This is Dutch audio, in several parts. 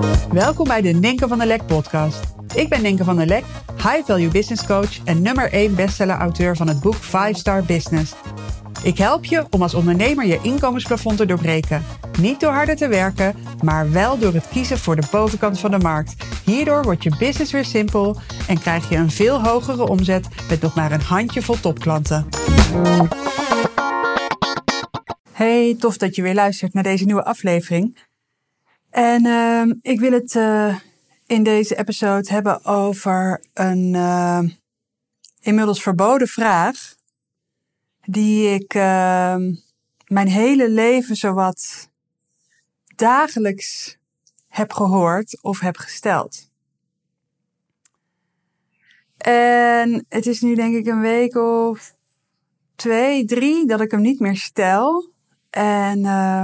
Welkom bij de Ninke van der Lek podcast. Ik ben Ninke van der Lek, High Value Business Coach en nummer 1 bestseller-auteur van het boek 5 Star Business. Ik help je om als ondernemer je inkomensplafond te doorbreken. Niet door harder te werken, maar wel door het kiezen voor de bovenkant van de markt. Hierdoor wordt je business weer simpel en krijg je een veel hogere omzet met nog maar een handjevol topklanten. Hey, tof dat je weer luistert naar deze nieuwe aflevering. En ik wil het in deze episode hebben over een inmiddels verboden vraag die ik mijn hele leven zowat dagelijks heb gehoord of heb gesteld. En het is nu denk ik een week of 2, 3 dat ik hem niet meer stel. En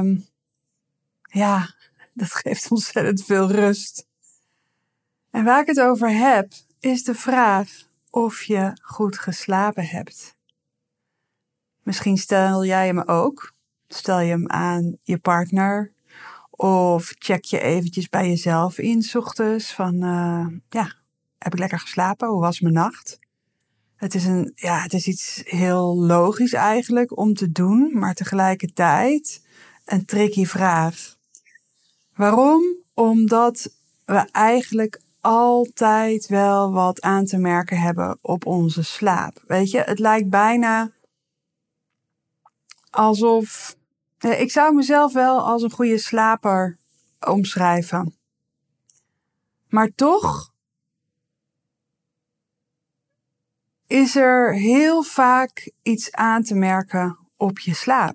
dat geeft ontzettend veel rust. En waar ik het over heb, is de vraag of je goed geslapen hebt. Misschien stel jij hem ook. Stel je hem aan je partner. Of check je eventjes bij jezelf in 's ochtends van, heb ik lekker geslapen? Hoe was mijn nacht? Het is iets heel logisch eigenlijk om te doen, maar tegelijkertijd een tricky vraag. Waarom? Omdat we eigenlijk altijd wel wat aan te merken hebben op onze slaap. Weet je, het lijkt bijna alsof... Ik zou mezelf wel als een goede slaper omschrijven. Maar toch is er heel vaak iets aan te merken op je slaap.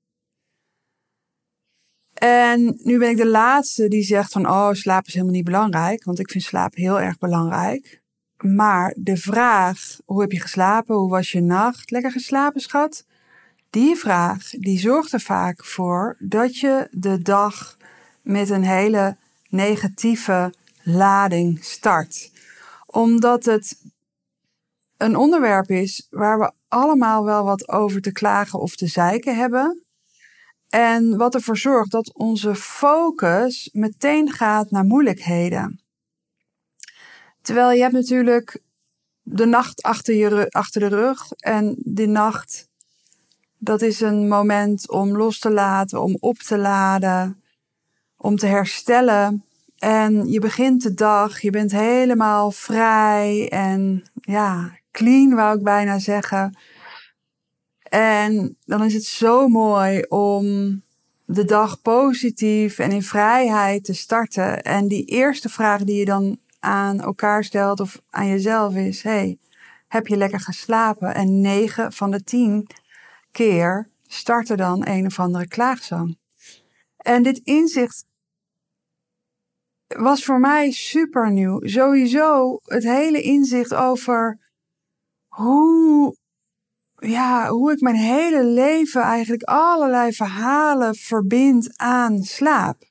En nu ben ik de laatste die zegt van, slaap is helemaal niet belangrijk. Want ik vind slaap heel erg belangrijk. Maar de vraag, hoe heb je geslapen? Hoe was je nacht? Lekker geslapen, schat? Die vraag, die zorgt er vaak voor dat je de dag met een hele negatieve lading start. Omdat het een onderwerp is waar we allemaal wel wat over te klagen of te zeiken hebben. En wat ervoor zorgt dat onze focus meteen gaat naar moeilijkheden. Terwijl je hebt natuurlijk de nacht achter de rug. En die nacht, dat is een moment om los te laten, om op te laden, om te herstellen. En je begint de dag, je bent helemaal vrij en clean wou ik bijna zeggen. En dan is het zo mooi om de dag positief en in vrijheid te starten. En die eerste vraag die je dan aan elkaar stelt of aan jezelf is, heb je lekker geslapen? En 9 van de 10 keer start er dan een of andere klaagzang. En dit inzicht was voor mij super nieuw. Sowieso het hele inzicht over hoe ik mijn hele leven eigenlijk allerlei verhalen verbind aan slaap.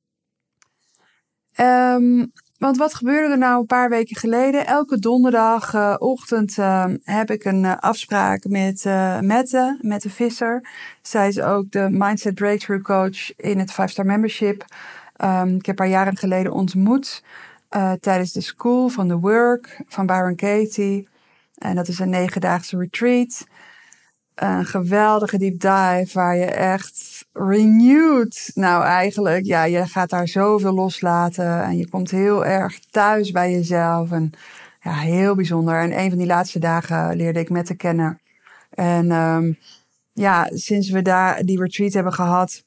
Want wat gebeurde er nou een paar weken geleden? Elke donderdagochtend heb ik een afspraak met Mette Visser. Zij is ook de Mindset Breakthrough Coach in het 5 Star Membership. Ik heb haar jaren geleden ontmoet tijdens de School van the Work van Byron Katie. En dat is een 9-daagse retreat. Een geweldige deep dive waar je echt renewed. Nou eigenlijk, je gaat daar zoveel loslaten. En je komt heel erg thuis bij jezelf. En heel bijzonder. En een van die laatste dagen leerde ik Mette kennen. En sinds we daar die retreat hebben gehad,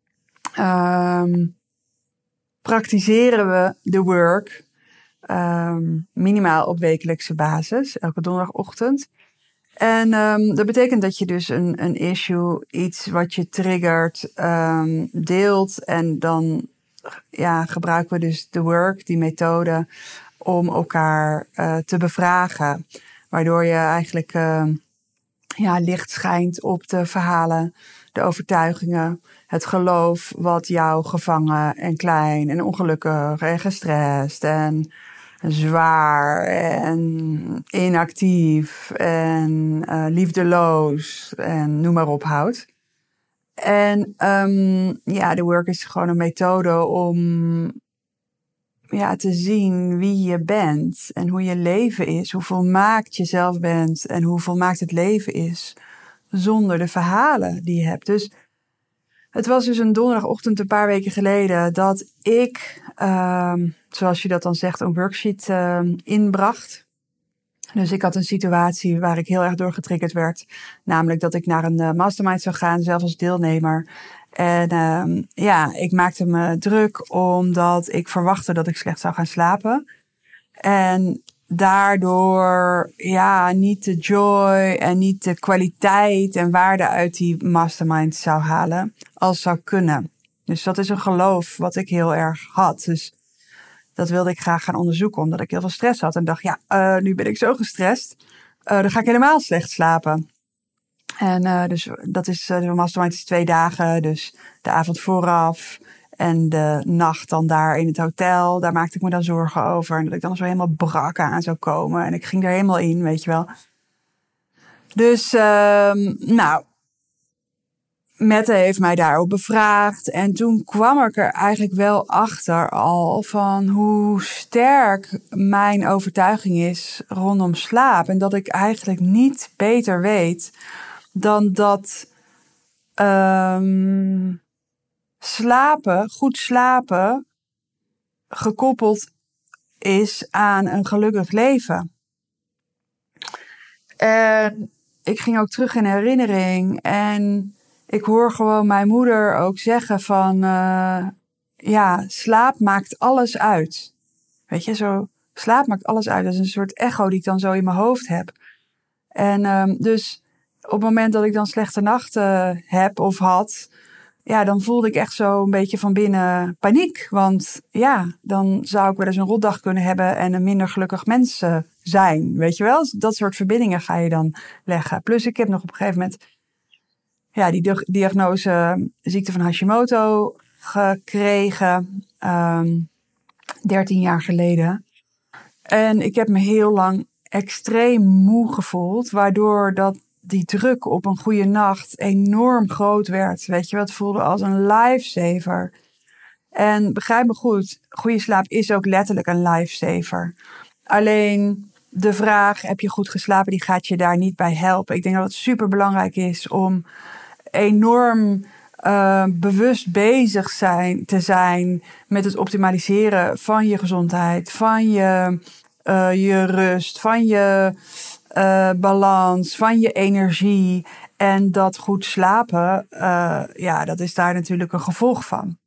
praktiseren we de work. Minimaal op wekelijkse basis, elke donderdagochtend. En dat betekent dat je dus een issue, iets wat je triggert, deelt. En dan gebruiken we dus de work, die methode, om elkaar te bevragen. Waardoor je eigenlijk licht schijnt op de verhalen, de overtuigingen, het geloof wat jou gevangen en klein en ongelukkig en gestrest en zwaar en inactief en liefdeloos en noem maar op houdt. En de work is gewoon een methode om te zien wie je bent en hoe je leven is. Hoe volmaakt je zelf bent en hoe volmaakt het leven is. Zonder de verhalen die je hebt. Dus het was dus een donderdagochtend een paar weken geleden dat ik, zoals je dat dan zegt, een worksheet inbracht. Dus ik had een situatie waar ik heel erg door getriggerd werd. Namelijk dat ik naar een mastermind zou gaan, zelf als deelnemer. En ik maakte me druk omdat ik verwachtte dat ik slecht zou gaan slapen. En daardoor niet de joy en niet de kwaliteit en waarde uit die mastermind zou halen als zou kunnen. Dus dat is een geloof wat ik heel erg had. Dus dat wilde ik graag gaan onderzoeken omdat ik heel veel stress had. En dacht, nu ben ik zo gestrest, dan ga ik helemaal slecht slapen. En dus dat is, de mastermind is 2 dagen, dus de avond vooraf en de nacht dan daar in het hotel, daar maakte ik me dan zorgen over. En dat ik dan zo helemaal brak aan zou komen. En ik ging er helemaal in, weet je wel. Dus, Mette heeft mij daarop bevraagd. En toen kwam ik er eigenlijk wel achter al van hoe sterk mijn overtuiging is rondom slaap. En dat ik eigenlijk niet beter weet dan dat goed slapen, gekoppeld is aan een gelukkig leven. En ik ging ook terug in herinnering en ik hoor gewoon mijn moeder ook zeggen van, slaap maakt alles uit. Weet je, zo, slaap maakt alles uit. Dat is een soort echo die ik dan zo in mijn hoofd heb. En dus op het moment dat ik dan slechte nachten heb of had, dan voelde ik echt zo een beetje van binnen paniek. Want dan zou ik wel eens een rotdag kunnen hebben en een minder gelukkig mens zijn. Weet je wel? Dat soort verbindingen ga je dan leggen. Plus ik heb nog op een gegeven moment die diagnose ziekte van Hashimoto gekregen. 13 jaar geleden. En ik heb me heel lang extreem moe gevoeld. Waardoor die druk op een goede nacht enorm groot werd. Weet je wat? Het voelde als een lifesaver. En begrijp me goed, goede slaap is ook letterlijk een lifesaver. Alleen de vraag, heb je goed geslapen, die gaat je daar niet bij helpen. Ik denk dat het super belangrijk is om enorm bewust bezig te zijn met het optimaliseren van je gezondheid, van je rust, van je balans, van je energie. En dat goed slapen, dat is daar natuurlijk een gevolg van.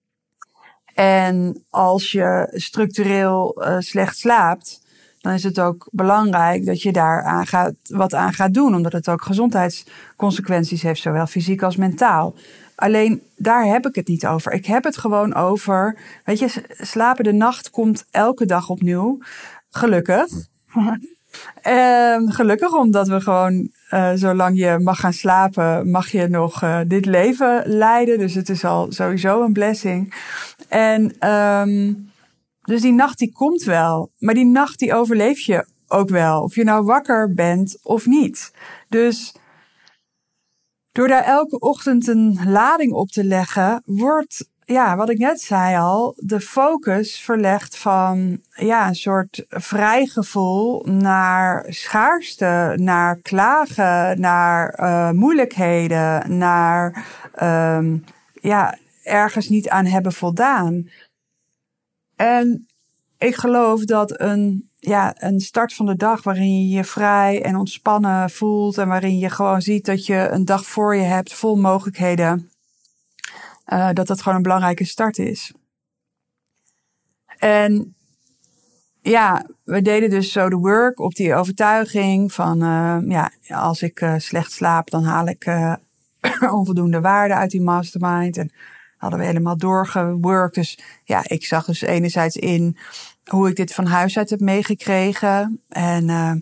En als je structureel slecht slaapt, dan is het ook belangrijk dat je daar wat aan gaat doen. Omdat het ook gezondheidsconsequenties heeft, zowel fysiek als mentaal. Alleen daar heb ik het niet over. Ik heb het gewoon over, weet je, slapen de nacht komt elke dag opnieuw. Gelukkig. Gelukkig omdat we gewoon, zolang je mag gaan slapen, mag je nog dit leven leiden. Dus het is al sowieso een blessing. En dus die nacht die komt wel. Maar die nacht die overleef je ook wel. Of je nou wakker bent of niet. Dus door daar elke ochtend een lading op te leggen, wordt, wat ik net zei al, de focus verlegd van een soort vrijgevoel naar schaarste, naar klagen, naar moeilijkheden, naar ergens niet aan hebben voldaan. En ik geloof dat een start van de dag waarin je je vrij en ontspannen voelt en waarin je gewoon ziet dat je een dag voor je hebt vol mogelijkheden, dat gewoon een belangrijke start is. En we deden dus zo de work op die overtuiging van, als ik slecht slaap, dan haal ik onvoldoende waarde uit die mastermind. En hadden we helemaal doorgeworkt. Dus ik zag dus enerzijds in hoe ik dit van huis uit heb meegekregen. En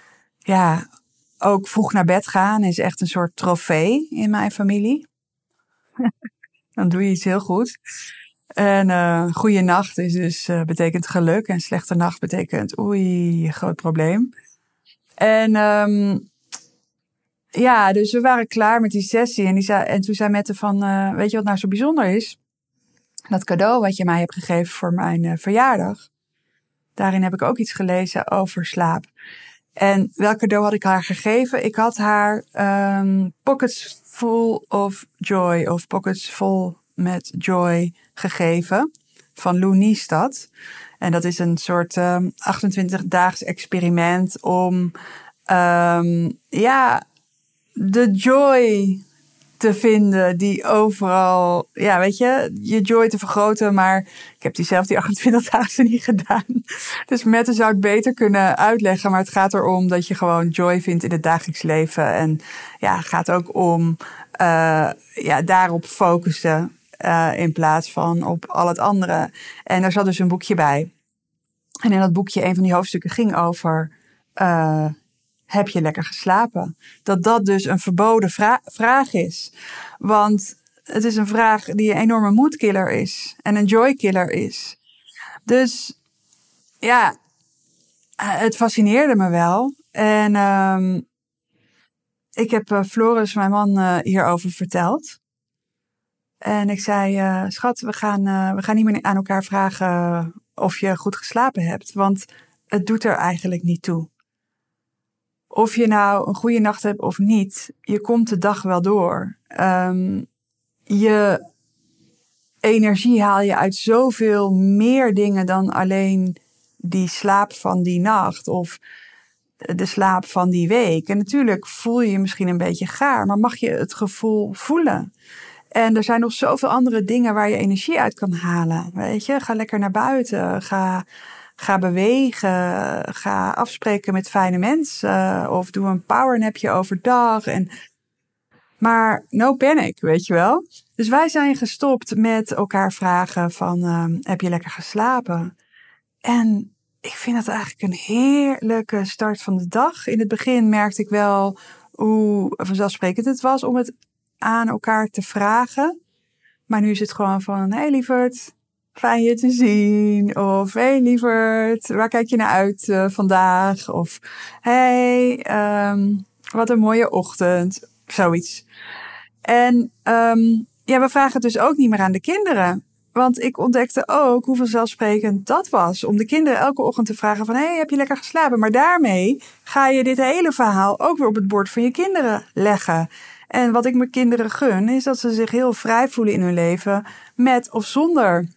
ook vroeg naar bed gaan is echt een soort trofee in mijn familie. Dan doe je iets heel goed. En goede nacht is dus, betekent geluk. En slechte nacht betekent oei, groot probleem. En dus we waren klaar met die sessie. En toen zei Mette van, weet je wat nou zo bijzonder is? Dat cadeau wat je mij hebt gegeven voor mijn verjaardag. Daarin heb ik ook iets gelezen over slaap. En welk cadeau had ik haar gegeven? Ik had haar Pockets Full of Joy of Pockets Vol met Joy gegeven van Lou Niestad. En dat is een soort 28-daags experiment om de joy te vinden die overal, je joy te vergroten. Maar ik heb die 28 dagen niet gedaan. Dus Mette zou het beter kunnen uitleggen. Maar het gaat erom dat je gewoon joy vindt in het dagelijks leven. En het gaat ook om daarop focussen in plaats van op al het andere. En er zat dus een boekje bij. En in dat boekje, een van die hoofdstukken ging over heb je lekker geslapen? Dat dus een verboden vraag is. Want het is een vraag die een enorme moodkiller is. En een joykiller is. Dus het fascineerde me wel. En ik heb Floris, mijn man, hierover verteld. En ik zei, schat, we gaan niet meer aan elkaar vragen of je goed geslapen hebt. Want het doet er eigenlijk niet toe. Of je nou een goede nacht hebt of niet, je komt de dag wel door. Je energie haal je uit zoveel meer dingen dan alleen die slaap van die nacht of de slaap van die week. En natuurlijk voel je je misschien een beetje gaar, maar mag je het gevoel voelen. En er zijn nog zoveel andere dingen waar je energie uit kan halen. Weet je, ga lekker naar buiten, Ga bewegen, ga afspreken met fijne mensen of doe een powernapje overdag. Maar no panic, weet je wel. Dus wij zijn gestopt met elkaar vragen van heb je lekker geslapen? En ik vind dat eigenlijk een heerlijke start van de dag. In het begin merkte ik wel hoe vanzelfsprekend het was om het aan elkaar te vragen. Maar nu is het gewoon van, hey lieverd, fijn je te zien. Of hey lieverd, waar kijk je naar uit vandaag? Of hey, wat een mooie ochtend. Zoiets. En we vragen het dus ook niet meer aan de kinderen. Want ik ontdekte ook hoe vanzelfsprekend dat was. Om de kinderen elke ochtend te vragen van, hey, heb je lekker geslapen? Maar daarmee ga je dit hele verhaal ook weer op het bord van je kinderen leggen. En wat ik mijn kinderen gun, is dat ze zich heel vrij voelen in hun leven met of zonder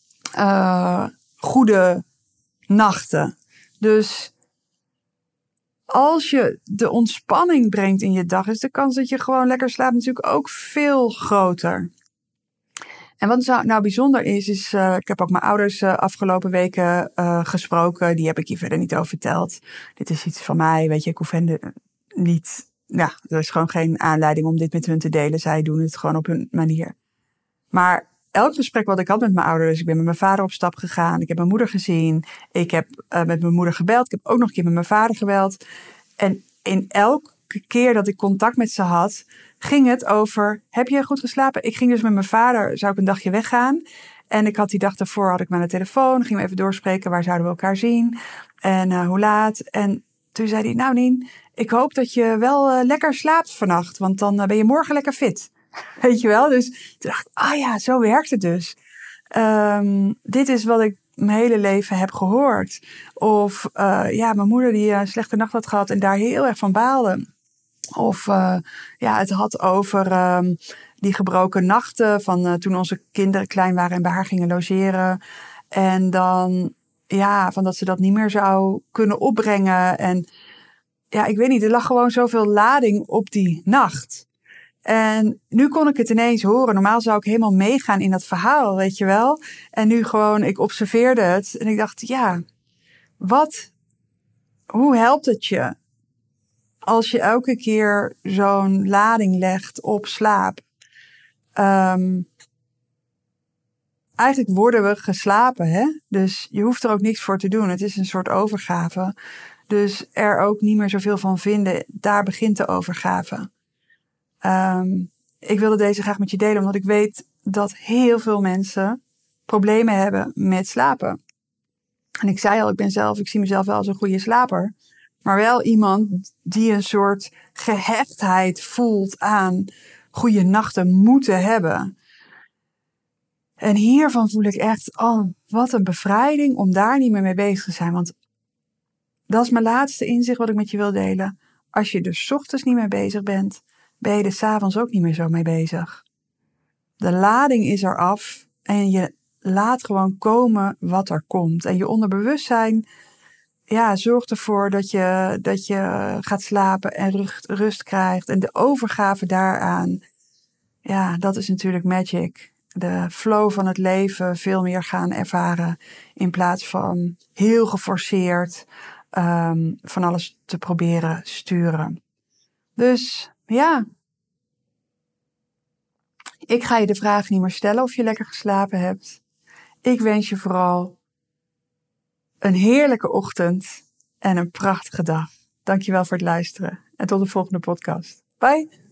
goede nachten. Dus als je de ontspanning brengt in je dag, is de kans dat je gewoon lekker slaapt natuurlijk ook veel groter. En wat nou bijzonder is ik heb ook mijn ouders afgelopen weken gesproken. Die heb ik hier verder niet over verteld. Dit is iets van mij, weet je, ik hoef hen niet. Ja, er is gewoon geen aanleiding om dit met hun te delen. Zij doen het gewoon op hun manier. Maar elk gesprek wat ik had met mijn ouders, ik ben met mijn vader op stap gegaan. Ik heb mijn moeder gezien. Ik heb met mijn moeder gebeld. Ik heb ook nog een keer met mijn vader gebeld. En in elke keer dat ik contact met ze had, ging het over, heb je goed geslapen? Ik ging dus met mijn vader, zou ik een dagje weggaan. En ik had die dag daarvoor, had ik me aan de telefoon. Gingen we even doorspreken, waar zouden we elkaar zien? En hoe laat? En toen zei hij, nou Nien, ik hoop dat je wel lekker slaapt vannacht. Want dan ben je morgen lekker fit. Weet je wel? Dus toen dacht ik, zo werkt het dus. Dit is wat ik mijn hele leven heb gehoord. Of mijn moeder die een slechte nacht had gehad en daar heel erg van baalde. Of het had over die gebroken nachten van toen onze kinderen klein waren en bij haar gingen logeren. En dan, van dat ze dat niet meer zou kunnen opbrengen. En ik weet niet, er lag gewoon zoveel lading op die nacht. En nu kon ik het ineens horen. Normaal zou ik helemaal meegaan in dat verhaal, weet je wel. En nu gewoon, ik observeerde het. En ik dacht, hoe helpt het je? Als je elke keer zo'n lading legt op slaap. Eigenlijk worden we geslapen, hè. Dus je hoeft er ook niks voor te doen. Het is een soort overgave. Dus er ook niet meer zoveel van vinden. Daar begint de overgave. Ik wilde deze graag met je delen, omdat ik weet dat heel veel mensen problemen hebben met slapen. En ik zei al, ik zie mezelf wel als een goede slaper. Maar wel iemand die een soort gehechtheid voelt aan goede nachten moeten hebben. En hiervan voel ik echt, wat een bevrijding om daar niet meer mee bezig te zijn. Want dat is mijn laatste inzicht wat ik met je wil delen. Als je dus 's ochtends niet mee bezig bent, ben je er 's avonds ook niet meer zo mee bezig. De lading is eraf en je laat gewoon komen wat er komt. En je onderbewustzijn zorgt ervoor dat je gaat slapen en rust krijgt. En de overgave daaraan, dat is natuurlijk magic. De flow van het leven veel meer gaan ervaren in plaats van heel geforceerd van alles te proberen sturen. Dus ik ga je de vraag niet meer stellen of je lekker geslapen hebt. Ik wens je vooral een heerlijke ochtend en een prachtige dag. Dankjewel voor het luisteren en tot de volgende podcast. Bye!